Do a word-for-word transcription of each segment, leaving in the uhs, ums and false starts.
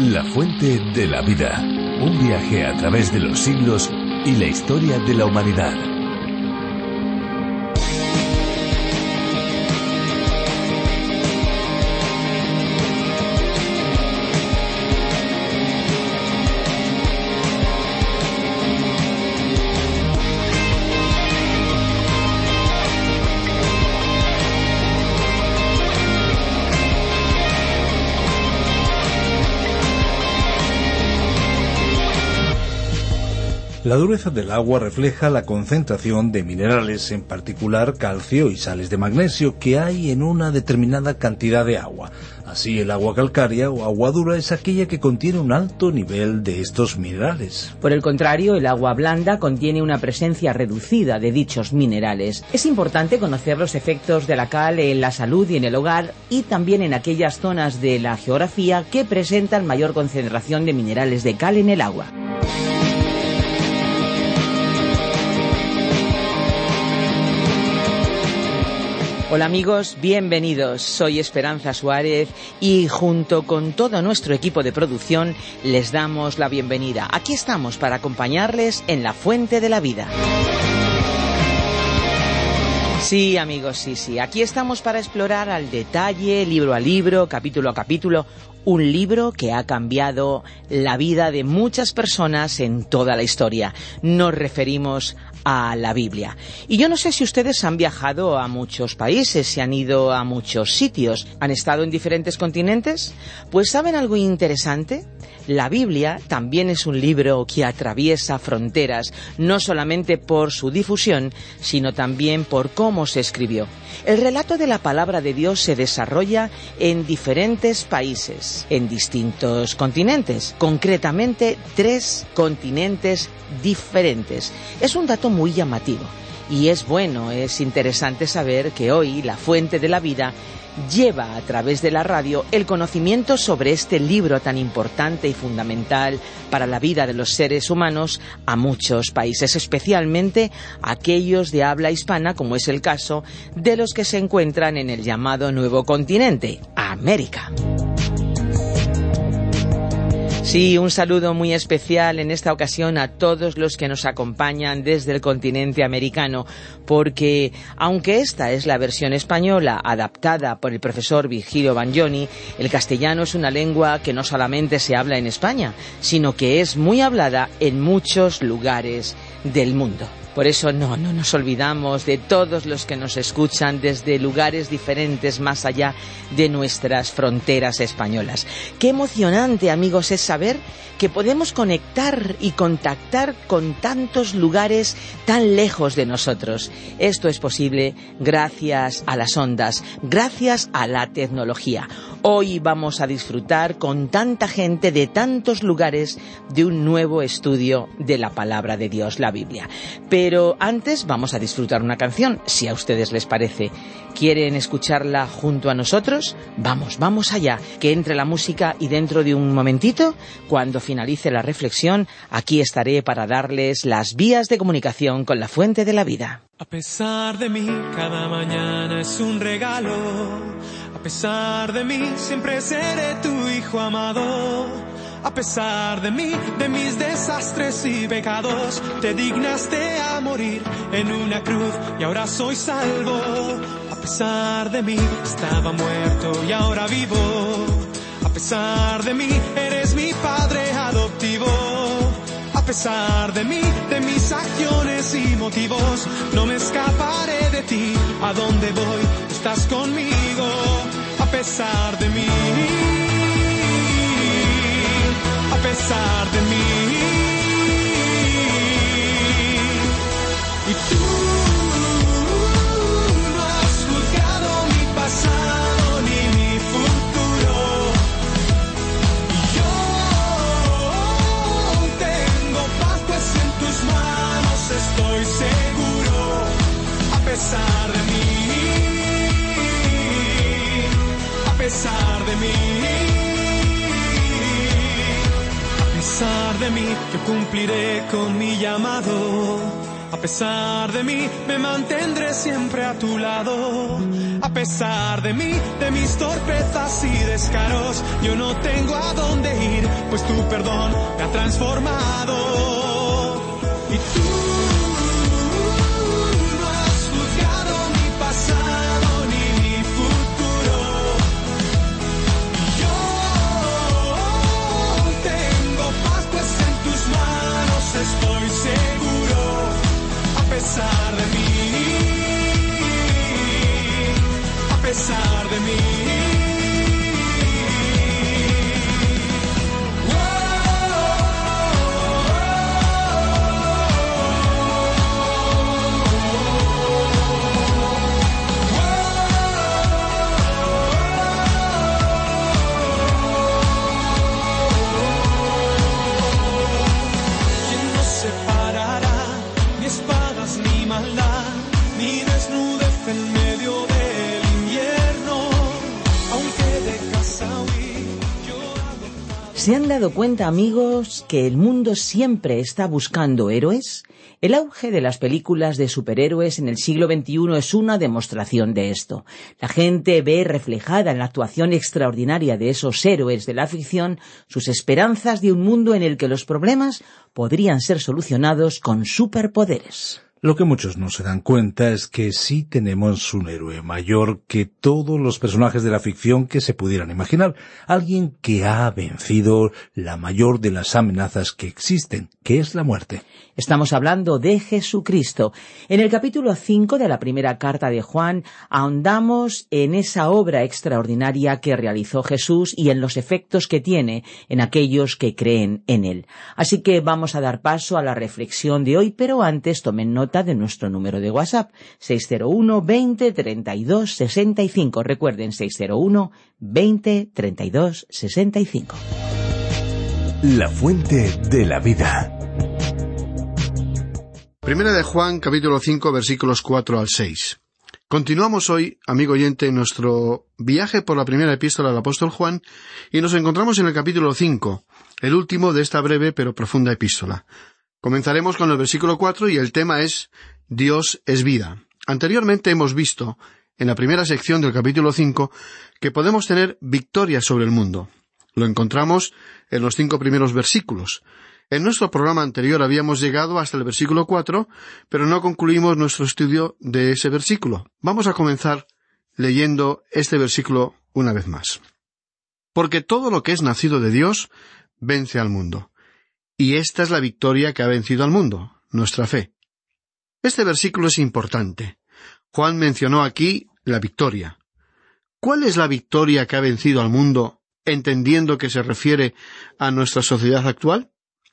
La fuente de la vida. Un viaje a través de los siglos y la historia de la humanidad. La dureza del agua refleja la concentración de minerales, en particular calcio y sales de magnesio, que hay en una determinada cantidad de agua. Así, el agua calcárea o agua dura es aquella que contiene un alto nivel de estos minerales. Por el contrario, el agua blanda contiene una presencia reducida de dichos minerales. Es importante conocer los efectos de la cal en la salud y en el hogar, y también en aquellas zonas de la geografía que presentan mayor concentración de minerales de cal en el agua. Hola amigos, bienvenidos. Soy Esperanza Suárez y junto con todo nuestro equipo de producción les damos la bienvenida. Aquí estamos para acompañarles en La Fuente de la Vida. Sí, amigos, sí, sí. Aquí estamos para explorar al detalle, libro a libro, capítulo a capítulo, un libro que ha cambiado la vida de muchas personas en toda la historia. Nos referimos a la Biblia. Y yo no sé si ustedes han viajado a muchos países, se han ido a muchos sitios, han estado en diferentes continentes. Pues ¿saben algo interesante? La Biblia también es un libro que atraviesa fronteras, no solamente por su difusión, sino también por cómo se escribió. El relato de la palabra de Dios se desarrolla en diferentes países, en distintos continentes, concretamente tres continentes diferentes. Es un dato muy llamativo y es bueno, es interesante saber que hoy La Fuente de la Vida lleva a través de la radio el conocimiento sobre este libro tan importante y fundamental para la vida de los seres humanos a muchos países, especialmente aquellos de habla hispana, como es el caso de los que se encuentran en el llamado Nuevo Continente, América. Sí, un saludo muy especial en esta ocasión a todos los que nos acompañan desde el continente americano, porque aunque esta es la versión española adaptada por el profesor Virgilio Bagnoni, el castellano es una lengua que no solamente se habla en España, sino que es muy hablada en muchos lugares del mundo. Por eso no, no nos olvidamos de todos los que nos escuchan desde lugares diferentes más allá de nuestras fronteras españolas. Qué emocionante, amigos, es saber que podemos conectar y contactar con tantos lugares tan lejos de nosotros. Esto es posible gracias a las ondas, gracias a la tecnología. Hoy vamos a disfrutar con tanta gente de tantos lugares de un nuevo estudio de la palabra de Dios, la Biblia. Pero antes vamos a disfrutar una canción, si a ustedes les parece. ¿Quieren escucharla junto a nosotros? Vamos, vamos allá, que entre la música y dentro de un momentito, cuando finalice la reflexión, aquí estaré para darles las vías de comunicación con La Fuente de la Vida. A pesar de mí, cada mañana es un regalo. A pesar de mí, siempre seré tu hijo amado. A pesar de mí, de mis desastres y pecados, te dignaste a morir en una cruz y ahora soy salvo. A pesar de mí, estaba muerto y ahora vivo. A pesar de mí, eres mi padre adoptivo. A pesar de mí, de mis acciones y motivos, no me escaparé de ti. A donde voy, estás conmigo. A pesar de mí, a pesar de mí. Y tú no has juzgado mi pasado ni mi futuro. Y yo tengo paz, pues en tus manos estoy seguro. A pesar de mí, a pesar de mí. A pesar de mí, yo cumpliré con mi llamado. A pesar de mí, me mantendré siempre a tu lado. A pesar de mí, de mis torpezas y descaros, yo no tengo a dónde ir, pues tu perdón me ha transformado. Y tú no has juzgado mi pasado ni mi futuro. Y yo tengo paz, pues en tus manos estoy seguro. A pesar de mí, a pesar de mí. ¿Se han dado cuenta, amigos, que el mundo siempre está buscando héroes? El auge de las películas de superhéroes en el siglo veintiuno es una demostración de esto. La gente ve reflejada en la actuación extraordinaria de esos héroes de la ficción sus esperanzas de un mundo en el que los problemas podrían ser solucionados con superpoderes. Lo que muchos no se dan cuenta es que sí tenemos un héroe mayor que todos los personajes de la ficción que se pudieran imaginar. Alguien que ha vencido la mayor de las amenazas que existen, que es la muerte. Estamos hablando de Jesucristo. En el capítulo cinco de la primera carta de Juan ahondamos en esa obra extraordinaria que realizó Jesús y en los efectos que tiene en aquellos que creen en Él. Así que vamos a dar paso a la reflexión de hoy, pero antes tomen nota de nuestro número de WhatsApp, seis cero uno, veinte, treinta y dos, sesenta y cinco. Recuerden, seis cero uno, veinte, treinta y dos, sesenta y cinco. La fuente de la vida. Primera de Juan, capítulo cinco, versículos cuatro al seis. Continuamos hoy, amigo oyente, en nuestro viaje por la primera epístola del apóstol Juan, y nos encontramos en el capítulo cinco, el último de esta breve pero profunda epístola. Comenzaremos con el versículo cuatro y el tema es Dios es vida. Anteriormente hemos visto, en la primera sección del capítulo cinco, que podemos tener victoria sobre el mundo. Lo encontramos en los cinco primeros versículos. En nuestro programa anterior habíamos llegado hasta el versículo cuatro, pero no concluimos nuestro estudio de ese versículo. Vamos a comenzar leyendo este versículo una vez más. Porque todo lo que es nacido de Dios vence al mundo. Y esta es la victoria que ha vencido al mundo, nuestra fe. Este versículo es importante. Juan mencionó aquí la victoria. ¿Cuál es la victoria que ha vencido al mundo, entendiendo que se refiere a nuestra sociedad actual?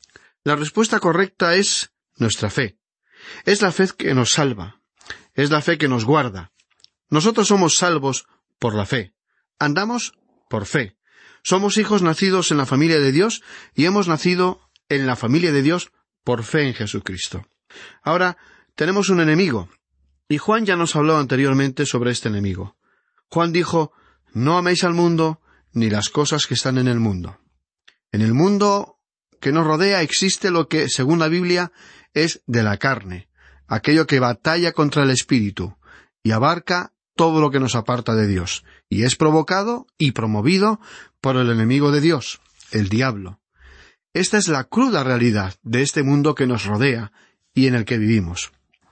La respuesta correcta es nuestra fe. Es la fe que nos salva. Es la fe que nos guarda. Nosotros somos salvos por la fe. Andamos por fe. Somos hijos nacidos en la familia de Dios y hemos nacido en la familia de Dios por fe en Jesucristo. Ahora, tenemos un enemigo. Y Juan ya nos habló anteriormente sobre este enemigo. Juan dijo, no améis al mundo ni las cosas que están en el mundo. En el mundo que nos rodea existe lo que, según la Biblia, es de la carne, aquello que batalla contra el espíritu, y abarca todo lo que nos aparta de Dios, y es provocado y promovido por el enemigo de Dios, el diablo. Esta es la cruda realidad de este mundo que nos rodea y en el que vivimos.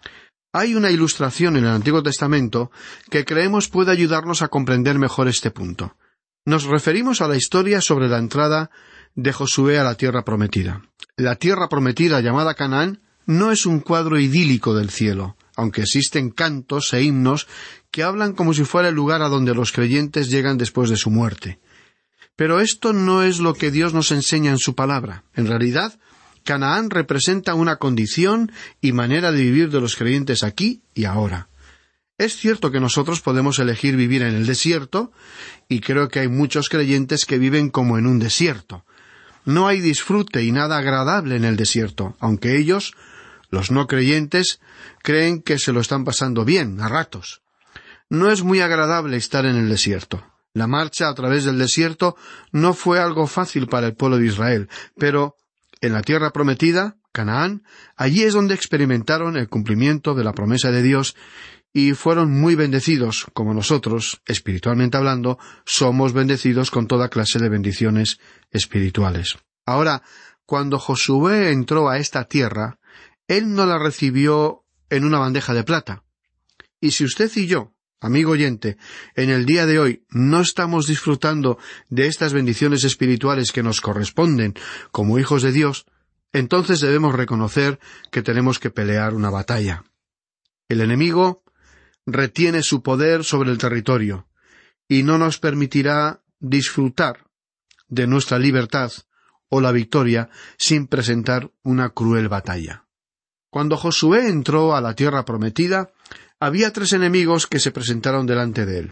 Hay una ilustración en el Antiguo Testamento que creemos puede ayudarnos a comprender mejor este punto. Nos referimos a la historia sobre la entrada de Josué a la tierra prometida. La tierra prometida llamada Canaán no es un cuadro idílico del cielo, aunque existen cantos e himnos que hablan como si fuera el lugar a donde los creyentes llegan después de su muerte. Pero esto no es lo que Dios nos enseña en su palabra. En realidad, Canaán representa una condición y manera de vivir de los creyentes aquí y ahora. Es cierto que nosotros podemos elegir vivir en el desierto, y creo que hay muchos creyentes que viven como en un desierto. No hay disfrute y nada agradable en el desierto, aunque ellos, los no creyentes, creen que se lo están pasando bien, a ratos. No es muy agradable estar en el desierto. La marcha a través del desierto no fue algo fácil para el pueblo de Israel, pero en la tierra prometida, Canaán, allí es donde experimentaron el cumplimiento de la promesa de Dios y fueron muy bendecidos, como nosotros, espiritualmente hablando, somos bendecidos con toda clase de bendiciones espirituales. Ahora, cuando Josué entró a esta tierra, él no la recibió en una bandeja de plata. Y si usted y yo, amigo oyente, en el día de hoy no estamos disfrutando de estas bendiciones espirituales que nos corresponden como hijos de Dios, entonces debemos reconocer que tenemos que pelear una batalla. El enemigo retiene su poder sobre el territorio y no nos permitirá disfrutar de nuestra libertad o la victoria sin presentar una cruel batalla. Cuando Josué entró a la tierra prometida, había tres enemigos que se presentaron delante de él.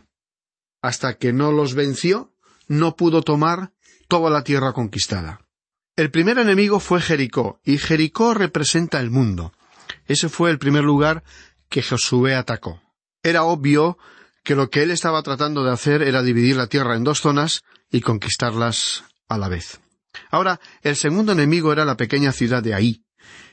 Hasta que no los venció, no pudo tomar toda la tierra conquistada. El primer enemigo fue Jericó, y Jericó representa el mundo. Ese fue el primer lugar que Josué atacó. Era obvio que lo que él estaba tratando de hacer era dividir la tierra en dos zonas y conquistarlas a la vez. Ahora, el segundo enemigo era la pequeña ciudad de Ahí.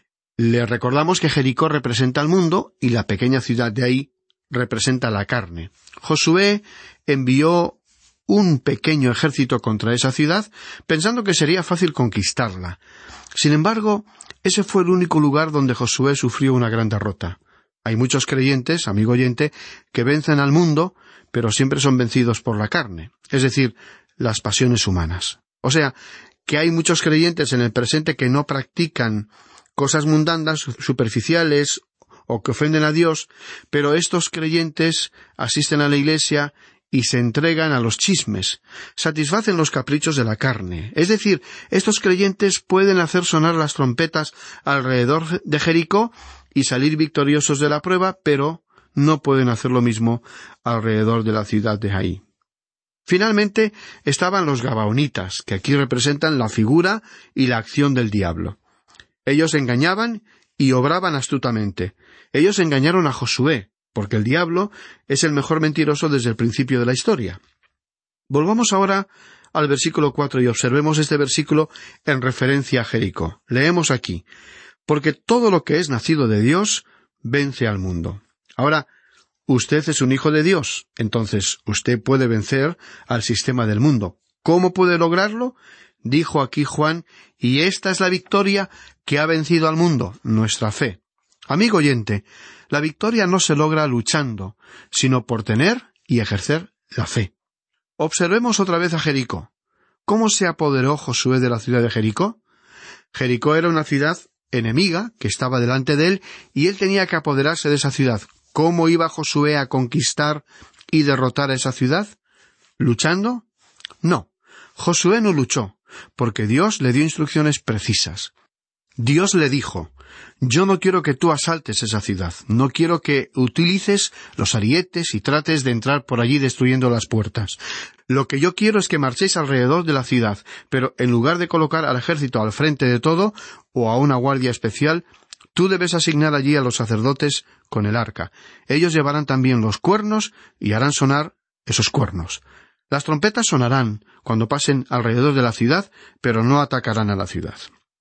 Le recordamos que Jericó representa el mundo y la pequeña ciudad de Ahí representa la carne. Josué envió un pequeño ejército contra esa ciudad, pensando que sería fácil conquistarla. Sin embargo, ese fue el único lugar donde Josué sufrió una gran derrota. Hay muchos creyentes, amigo oyente, que vencen al mundo, pero siempre son vencidos por la carne, es decir, las pasiones humanas. O sea, que hay muchos creyentes en el presente que no practican cosas mundanas, superficiales o que ofenden a Dios, pero estos creyentes asisten a la iglesia y se entregan a los chismes, satisfacen los caprichos de la carne. Es decir, estos creyentes pueden hacer sonar las trompetas alrededor de Jericó y salir victoriosos de la prueba, pero no pueden hacer lo mismo alrededor de la ciudad de Ahí. Finalmente estaban los gabaonitas, que aquí representan la figura y la acción del diablo. Ellos engañaban y obraban astutamente. Ellos engañaron a Josué, porque el diablo es el mejor mentiroso desde el principio de la historia. Volvamos ahora al versículo cuatro y observemos este versículo en referencia a Jericó. Leemos aquí: porque todo lo que es nacido de Dios vence al mundo. Ahora, usted es un hijo de Dios, entonces usted puede vencer al sistema del mundo. ¿Cómo puede lograrlo? Dijo aquí Juan, y esta es la victoria que ha vencido al mundo, nuestra fe. Amigo oyente, la victoria no se logra luchando, sino por tener y ejercer la fe. Observemos otra vez a Jericó. ¿Cómo se apoderó Josué de la ciudad de Jericó? Jericó era una ciudad enemiga que estaba delante de él, y él tenía que apoderarse de esa ciudad. ¿Cómo iba Josué a conquistar y derrotar a esa ciudad? ¿Luchando? No. Josué no luchó, porque Dios le dio instrucciones precisas. Dios le dijo: yo no quiero que tú asaltes esa ciudad, no quiero que utilices los arietes y trates de entrar por allí destruyendo las puertas. Lo que yo quiero es que marchéis alrededor de la ciudad, pero en lugar de colocar al ejército al frente de todo, o a una guardia especial, tú debes asignar allí a los sacerdotes con el arca. Ellos llevarán también los cuernos y harán sonar esos cuernos. Las trompetas sonarán cuando pasen alrededor de la ciudad, pero no atacarán a la ciudad.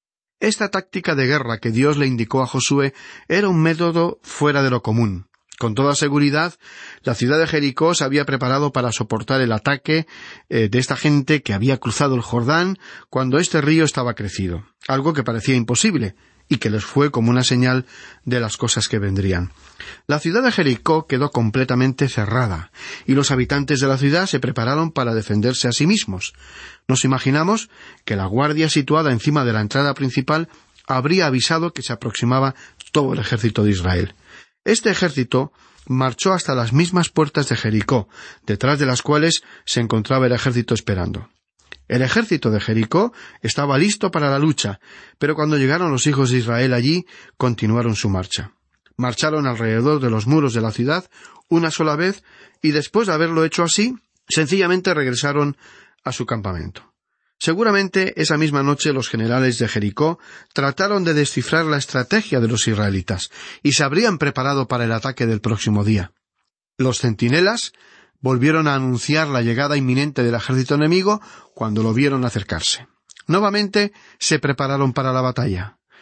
Esta táctica de guerra que Dios le indicó a Josué era un método fuera de lo común. Con toda seguridad, la ciudad de Jericó se había preparado para soportar el ataque eh, de esta gente que había cruzado el Jordán cuando este río estaba crecido, algo que parecía imposible y que les fue como una señal de las cosas que vendrían. La ciudad de Jericó quedó completamente cerrada, y los habitantes de la ciudad se prepararon para defenderse a sí mismos. Nos imaginamos que la guardia situada encima de la entrada principal habría avisado que se aproximaba todo el ejército de Israel. Este ejército marchó hasta las mismas puertas de Jericó, detrás de las cuales se encontraba el ejército esperando. El ejército de Jericó estaba listo para la lucha, pero cuando llegaron los hijos de Israel allí, continuaron su marcha. Marcharon alrededor de los muros de la ciudad una sola vez, y después de haberlo hecho así, sencillamente regresaron a su campamento. Seguramente esa misma noche los generales de Jericó trataron de descifrar la estrategia de los israelitas, y se habrían preparado para el ataque del próximo día. Los centinelas volvieron a anunciar la llegada inminente del ejército enemigo cuando lo vieron acercarse. Nuevamente se prepararon para la batalla.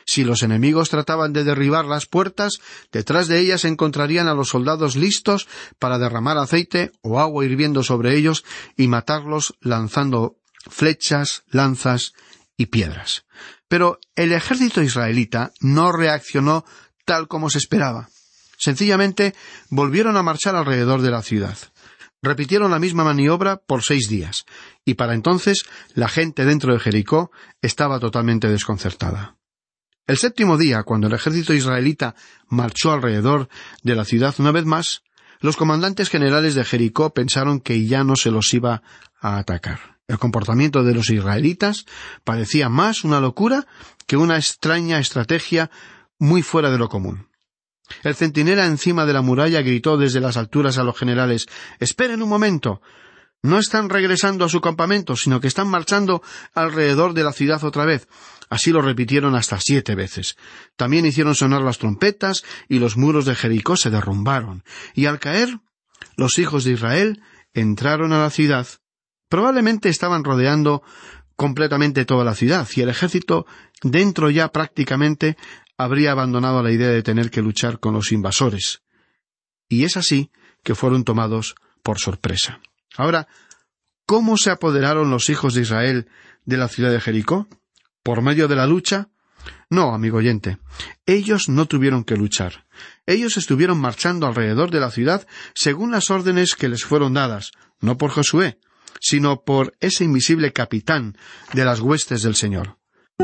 Si los enemigos trataban de derribar las puertas, detrás de ellas encontrarían a los soldados listos para derramar aceite o agua hirviendo sobre ellos y matarlos lanzando flechas, lanzas y piedras. Pero el ejército israelita no reaccionó tal como se esperaba. Sencillamente volvieron a marchar alrededor de la ciudad. Repitieron la misma maniobra por seis días, y para entonces la gente dentro de Jericó estaba totalmente desconcertada. El séptimo día, cuando el ejército israelita marchó alrededor de la ciudad una vez más, los comandantes generales de Jericó pensaron que ya no se los iba a atacar. El comportamiento de los israelitas parecía más una locura que una extraña estrategia muy fuera de lo común. El centinela encima de la muralla gritó desde las alturas a los generales: «¡Esperen un momento! No están regresando a su campamento, sino que están marchando alrededor de la ciudad otra vez». Así lo repitieron hasta siete veces. También hicieron sonar las trompetas y los muros de Jericó se derrumbaron. Y al caer, los hijos de Israel entraron a la ciudad. Probablemente estaban rodeando completamente toda la ciudad, y el ejército dentro ya prácticamente habría abandonado la idea de tener que luchar con los invasores. Y es así que fueron tomados por sorpresa. Ahora, ¿cómo se apoderaron los hijos de Israel de la ciudad de Jericó? ¿Por medio de la lucha? No, amigo oyente, ellos no tuvieron que luchar. Ellos estuvieron marchando alrededor de la ciudad según las órdenes que les fueron dadas, no por Josué, sino por ese invisible capitán de las huestes del Señor.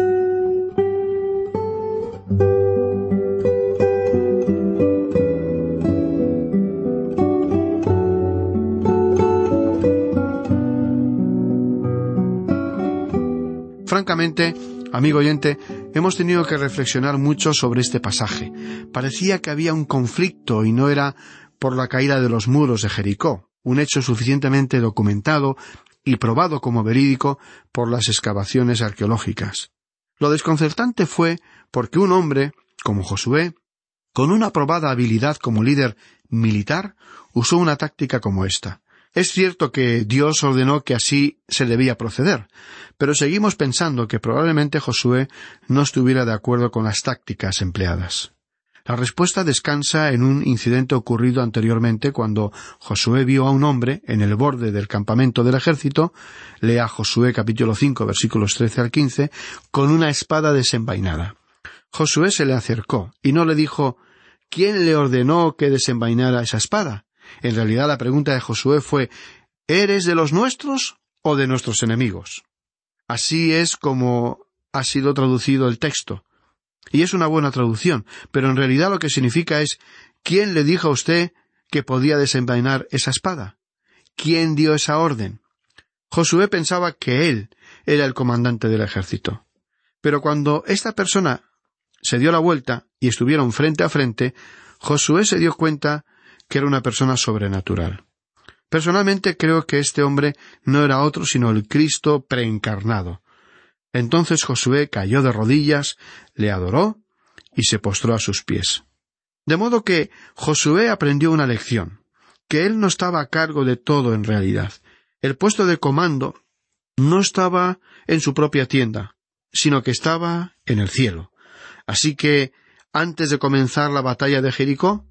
Francamente, amigo oyente, hemos tenido que reflexionar mucho sobre este pasaje. Parecía que había un conflicto y no era por la caída de los muros de Jericó, un hecho suficientemente documentado y probado como verídico por las excavaciones arqueológicas. Lo desconcertante fue porque un hombre, como Josué, con una probada habilidad como líder militar, usó una táctica como esta. Es cierto que Dios ordenó que así se debía proceder, pero seguimos pensando que probablemente Josué no estuviera de acuerdo con las tácticas empleadas. La respuesta descansa en un incidente ocurrido anteriormente cuando Josué vio a un hombre en el borde del campamento del ejército, lea Josué capítulo cinco versículos trece al quince, con una espada desenvainada. Josué se le acercó y no le dijo: ¿quién le ordenó que desenvainara esa espada? En realidad la pregunta de Josué fue: ¿eres de los nuestros o de nuestros enemigos? Así es como ha sido traducido el texto. Y es una buena traducción, pero en realidad lo que significa es: ¿quién le dijo a usted que podía desenvainar esa espada? ¿Quién dio esa orden? Josué pensaba que él era el comandante del ejército. Pero cuando esta persona se dio la vuelta y estuvieron frente a frente, Josué se dio cuenta que era una persona sobrenatural. Personalmente creo que este hombre no era otro sino el Cristo preencarnado. Entonces Josué cayó de rodillas, le adoró y se postró a sus pies. De modo que Josué aprendió una lección, que él no estaba a cargo de todo en realidad. El puesto de comando no estaba en su propia tienda, sino que estaba en el cielo. Así que, antes de comenzar la batalla de Jericó,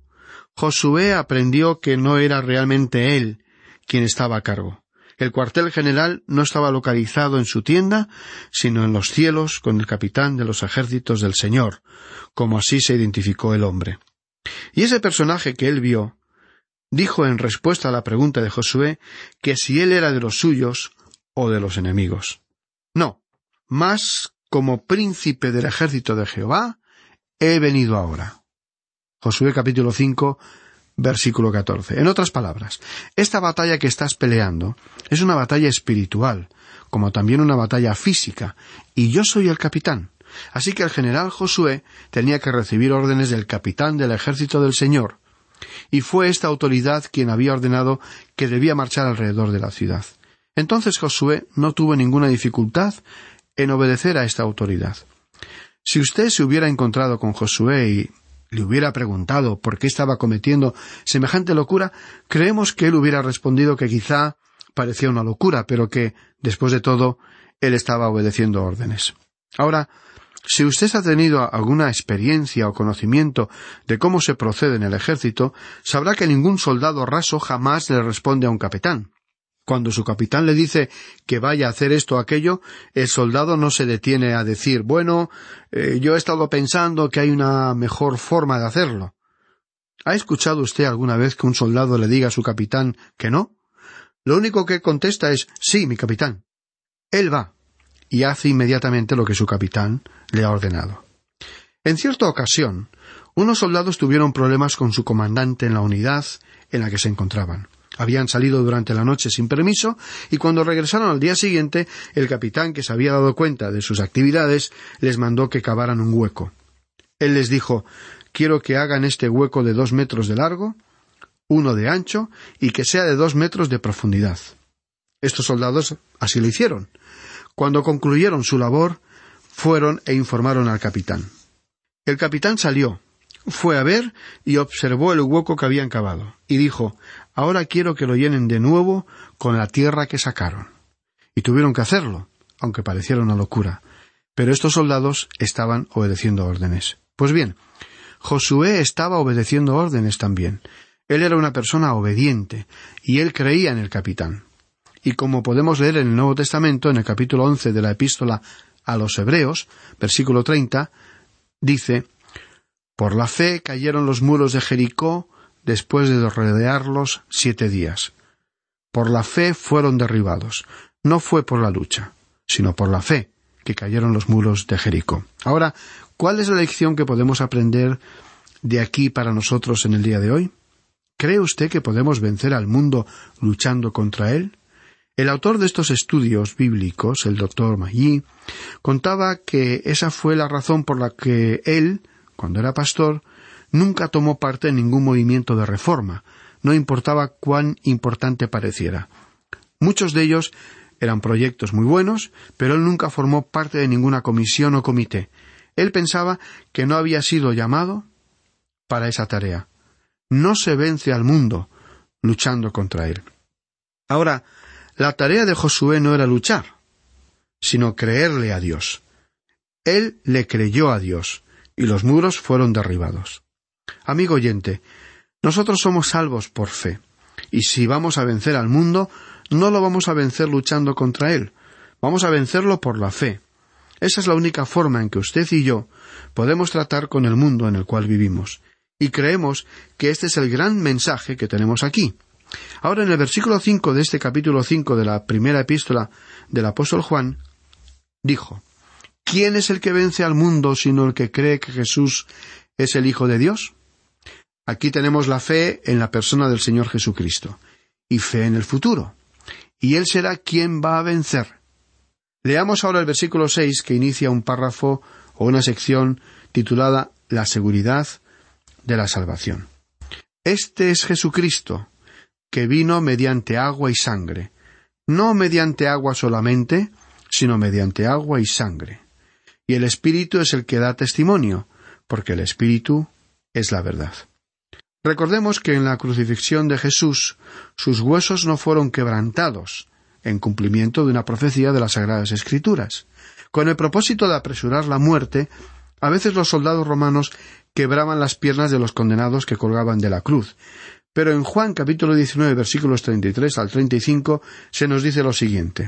Josué aprendió que no era realmente él quien estaba a cargo. El cuartel general no estaba localizado en su tienda, sino en los cielos con el capitán de los ejércitos del Señor, como así se identificó el hombre. Y ese personaje que él vio, dijo en respuesta a la pregunta de Josué que si él era de los suyos o de los enemigos. No, más como príncipe del ejército de Jehová, he venido ahora. Josué capítulo cinco, versículo catorce. En otras palabras, esta batalla que estás peleando es una batalla espiritual, como también una batalla física, y yo soy el capitán. Así que el general Josué tenía que recibir órdenes del capitán del ejército del Señor, y fue esta autoridad quien había ordenado que debía marchar alrededor de la ciudad. Entonces Josué no tuvo ninguna dificultad en obedecer a esta autoridad. Si usted se hubiera encontrado con Josué y le hubiera preguntado por qué estaba cometiendo semejante locura, creemos que él hubiera respondido que quizá parecía una locura, pero que, después de todo, él estaba obedeciendo órdenes. Ahora, Si usted ha tenido alguna experiencia o conocimiento de cómo se procede en el ejército, sabrá que ningún soldado raso jamás le responde a un capitán. Cuando su capitán le dice que vaya a hacer esto o aquello, el soldado no se detiene a decir, bueno, eh, yo he estado pensando que hay una mejor forma de hacerlo. ¿Ha escuchado usted alguna vez que un soldado le diga a su capitán que no? Lo único que contesta es, sí, mi capitán. Él va y hace inmediatamente lo que su capitán le ha ordenado. En cierta ocasión, unos soldados tuvieron problemas con su comandante en la unidad en la que se encontraban. Habían salido durante la noche sin permiso y cuando regresaron al día siguiente, el capitán, que se había dado cuenta de sus actividades, les mandó que cavaran un hueco. Él les dijo, quiero que hagan este hueco de dos metros de largo, uno de ancho y que sea de dos metros de profundidad. Estos soldados así lo hicieron. Cuando concluyeron su labor, fueron e informaron al capitán. El capitán salió, fue a ver y observó el hueco que habían cavado, y dijo, ahora quiero que lo llenen de nuevo con la tierra que sacaron. Y tuvieron que hacerlo, aunque pareciera una locura. Pero estos soldados estaban obedeciendo órdenes. Pues bien, Josué estaba obedeciendo órdenes también. Él era una persona obediente, y él creía en el capitán. Y como podemos leer en el Nuevo Testamento, en el capítulo once de la Epístola a los Hebreos, versículo treinta, dice, por la fe cayeron los muros de Jericó después de rodearlos siete días. Por la fe fueron derribados. No fue por la lucha, sino por la fe que cayeron los muros de Jericó. Ahora, ¿cuál es la lección que podemos aprender de aquí para nosotros en el día de hoy? ¿Cree usted que podemos vencer al mundo luchando contra él? El autor de estos estudios bíblicos, el doctor Maggi, contaba que esa fue la razón por la que él, cuando era pastor, nunca tomó parte en ningún movimiento de reforma, no importaba cuán importante pareciera. Muchos de ellos eran proyectos muy buenos, pero él nunca formó parte de ninguna comisión o comité. Él pensaba que no había sido llamado para esa tarea. No se vence al mundo luchando contra él. Ahora, la tarea de Josué no era luchar, sino creerle a Dios. Él le creyó a Dios, y los muros fueron derribados. Amigo oyente, nosotros somos salvos por fe, y si vamos a vencer al mundo, no lo vamos a vencer luchando contra él, vamos a vencerlo por la fe. Esa es la única forma en que usted y yo podemos tratar con el mundo en el cual vivimos, y creemos que este es el gran mensaje que tenemos aquí. Ahora, en el versículo cinco de este capítulo cinco de la primera epístola del apóstol Juan, dijo, ¿quién es el que vence al mundo sino el que cree que Jesús es el Hijo de Dios? Aquí tenemos la fe en la persona del Señor Jesucristo, y fe en el futuro, y Él será quien va a vencer. Leamos ahora el versículo seis, que inicia un párrafo o una sección titulada La seguridad de la salvación. Este es Jesucristo, que vino mediante agua y sangre, no mediante agua solamente, sino mediante agua y sangre. Y el Espíritu es el que da testimonio, porque el Espíritu es la verdad. Recordemos que en la crucifixión de Jesús, sus huesos no fueron quebrantados, en cumplimiento de una profecía de las Sagradas Escrituras. Con el propósito de apresurar la muerte, a veces los soldados romanos quebraban las piernas de los condenados que colgaban de la cruz. Pero en Juan capítulo diecinueve, versículos treinta y tres al treinta y cinco, se nos dice lo siguiente.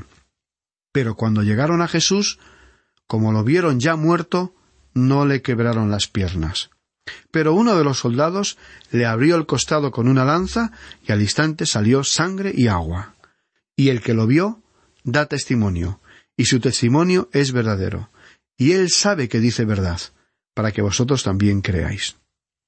Pero cuando llegaron a Jesús, como lo vieron ya muerto, no le quebraron las piernas. Pero uno de los soldados le abrió el costado con una lanza, y al instante salió sangre y agua. Y el que lo vio da testimonio, y su testimonio es verdadero, y él sabe que dice verdad, para que vosotros también creáis.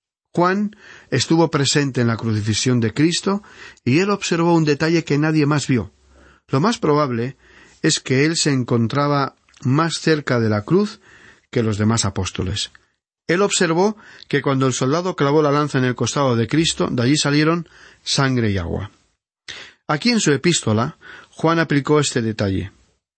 Juan estuvo presente en la crucifixión de Cristo, y él observó un detalle que nadie más vio. Lo más probable es que él se encontraba más cerca de la cruz que los demás apóstoles. Él observó que cuando el soldado clavó la lanza en el costado de Cristo, de allí salieron sangre y agua. Aquí en su epístola, Juan aplicó este detalle.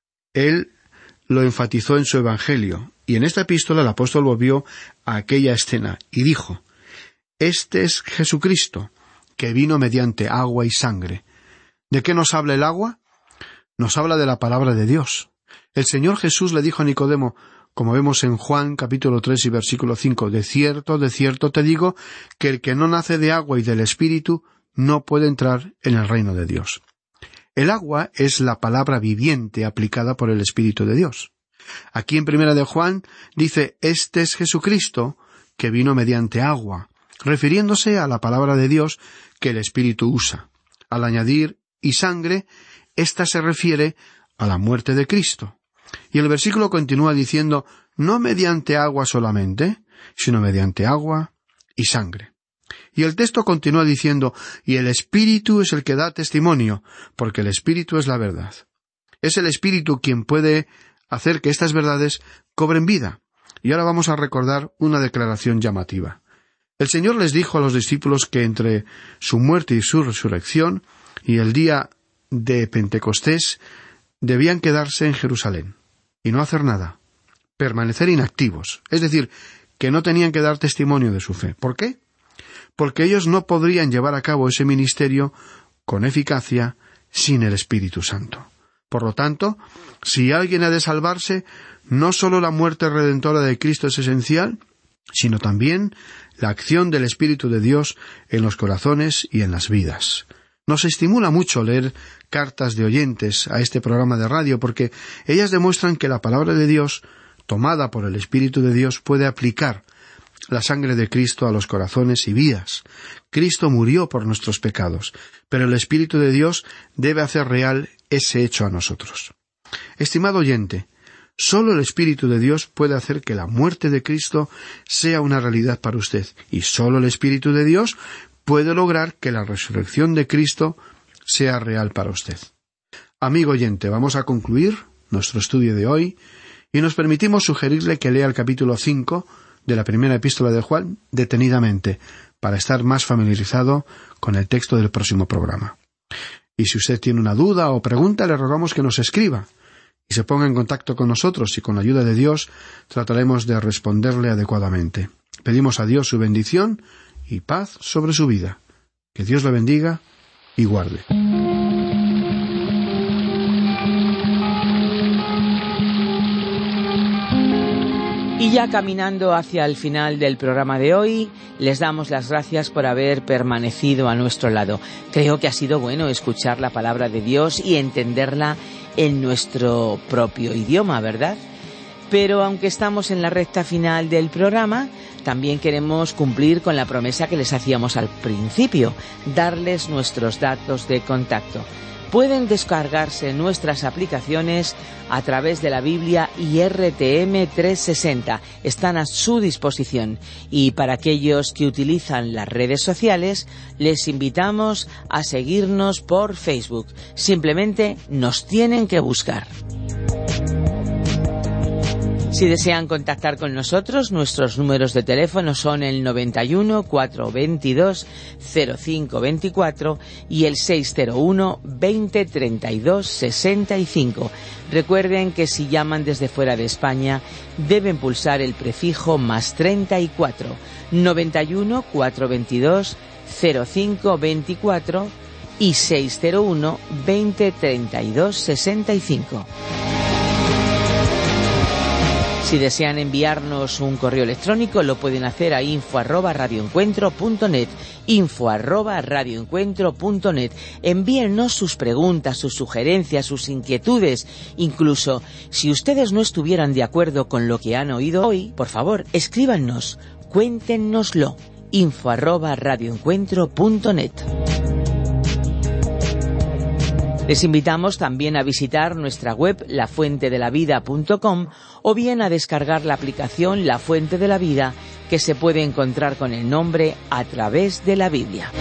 Él lo enfatizó en su evangelio, y en esta epístola el apóstol volvió a aquella escena y dijo, «Este es Jesucristo, que vino mediante agua y sangre». ¿De qué nos habla el agua? Nos habla de la palabra de Dios. El Señor Jesús le dijo a Nicodemo, Como vemos en Juan capítulo tres y versículo cinco, de cierto, de cierto te digo, que el que no nace de agua y del Espíritu no puede entrar en el reino de Dios. El agua es la palabra viviente aplicada por el Espíritu de Dios. Aquí en Primera de Juan dice, este es Jesucristo, que vino mediante agua, refiriéndose a la palabra de Dios que el Espíritu usa. Al añadir y sangre, ésta se refiere a la muerte de Cristo. Y el versículo continúa diciendo, no mediante agua solamente, sino mediante agua y sangre. Y el texto continúa diciendo, y el Espíritu es el que da testimonio, porque el Espíritu es la verdad. Es el Espíritu quien puede hacer que estas verdades cobren vida. Y ahora vamos a recordar una declaración llamativa. El Señor les dijo a los discípulos que entre su muerte y su resurrección, y el día de Pentecostés, debían quedarse en Jerusalén y no hacer nada, permanecer inactivos, es decir, que no tenían que dar testimonio de su fe. ¿Por qué? Porque ellos no podrían llevar a cabo ese ministerio con eficacia sin el Espíritu Santo. Por lo tanto, si alguien ha de salvarse, no sólo la muerte redentora de Cristo es esencial, sino también la acción del Espíritu de Dios en los corazones y en las vidas. Nos estimula mucho leer cartas de oyentes a este programa de radio porque ellas demuestran que la palabra de Dios, tomada por el Espíritu de Dios, puede aplicar la sangre de Cristo a los corazones y vidas. Cristo murió por nuestros pecados, pero el Espíritu de Dios debe hacer real ese hecho a nosotros. Estimado oyente, solo el Espíritu de Dios puede hacer que la muerte de Cristo sea una realidad para usted, y solo el Espíritu de Dios puede lograr que la resurrección de Cristo sea real para usted. Amigo oyente, vamos a concluir nuestro estudio de hoy y nos permitimos sugerirle que lea el capítulo cinco de la primera epístola de Juan detenidamente para estar más familiarizado con el texto del próximo programa. Y si usted tiene una duda o pregunta, le rogamos que nos escriba y se ponga en contacto con nosotros y con la ayuda de Dios trataremos de responderle adecuadamente. Pedimos a Dios su bendición y paz sobre su vida. Que Dios le bendiga y guarde. Y ya caminando hacia el final del programa de hoy, les damos las gracias por haber permanecido a nuestro lado. Creo que ha sido bueno escuchar la palabra de Dios y entenderla en nuestro propio idioma, ¿verdad? Pero aunque estamos en la recta final del programa, también queremos cumplir con la promesa que les hacíamos al principio, darles nuestros datos de contacto. Pueden descargarse nuestras aplicaciones a través de la Biblia y R T M trescientos sesenta. Están a su disposición. Y para aquellos que utilizan las redes sociales, les invitamos a seguirnos por Facebook. Simplemente nos tienen que buscar. Si desean contactar con nosotros, nuestros números de teléfono son el noventa y uno, cuatrocientos veintidós, cero cinco veinticuatro y el seiscientos uno, veinte, treinta y dos, sesenta y cinco. Recuerden que si llaman desde fuera de España, deben pulsar el prefijo más treinta y cuatro, noventa y uno, cuatrocientos veintidós, cero cinco veinticuatro y seiscientos uno, veinte, treinta y dos, sesenta y cinco. Si desean enviarnos un correo electrónico, lo pueden hacer a info arroba radioencuentro punto net, info arroba radioencuentro punto net. Envíennos sus preguntas, sus sugerencias, sus inquietudes. Incluso, si ustedes no estuvieran de acuerdo con lo que han oído hoy, por favor, escríbanos, cuéntenoslo, info arroba radioencuentro punto net. Les invitamos también a visitar nuestra web la fuente de la vida punto com o bien a descargar la aplicación La Fuente de la Vida, que se puede encontrar con el nombre A Través de la Biblia.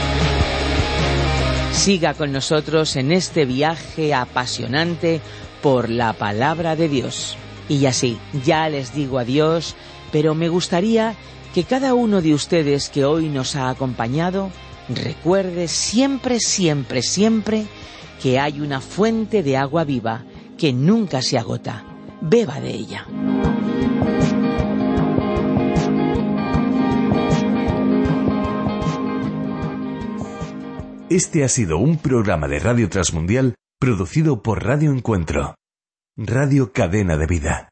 Siga con nosotros en este viaje apasionante por la palabra de Dios. Y así, ya les digo adiós, pero me gustaría que cada uno de ustedes que hoy nos ha acompañado recuerde siempre, siempre, siempre que hay una fuente de agua viva que nunca se agota. Beba de ella. Este ha sido un programa de Radio Transmundial producido por Radio Encuentro, Radio Cadena de Vida.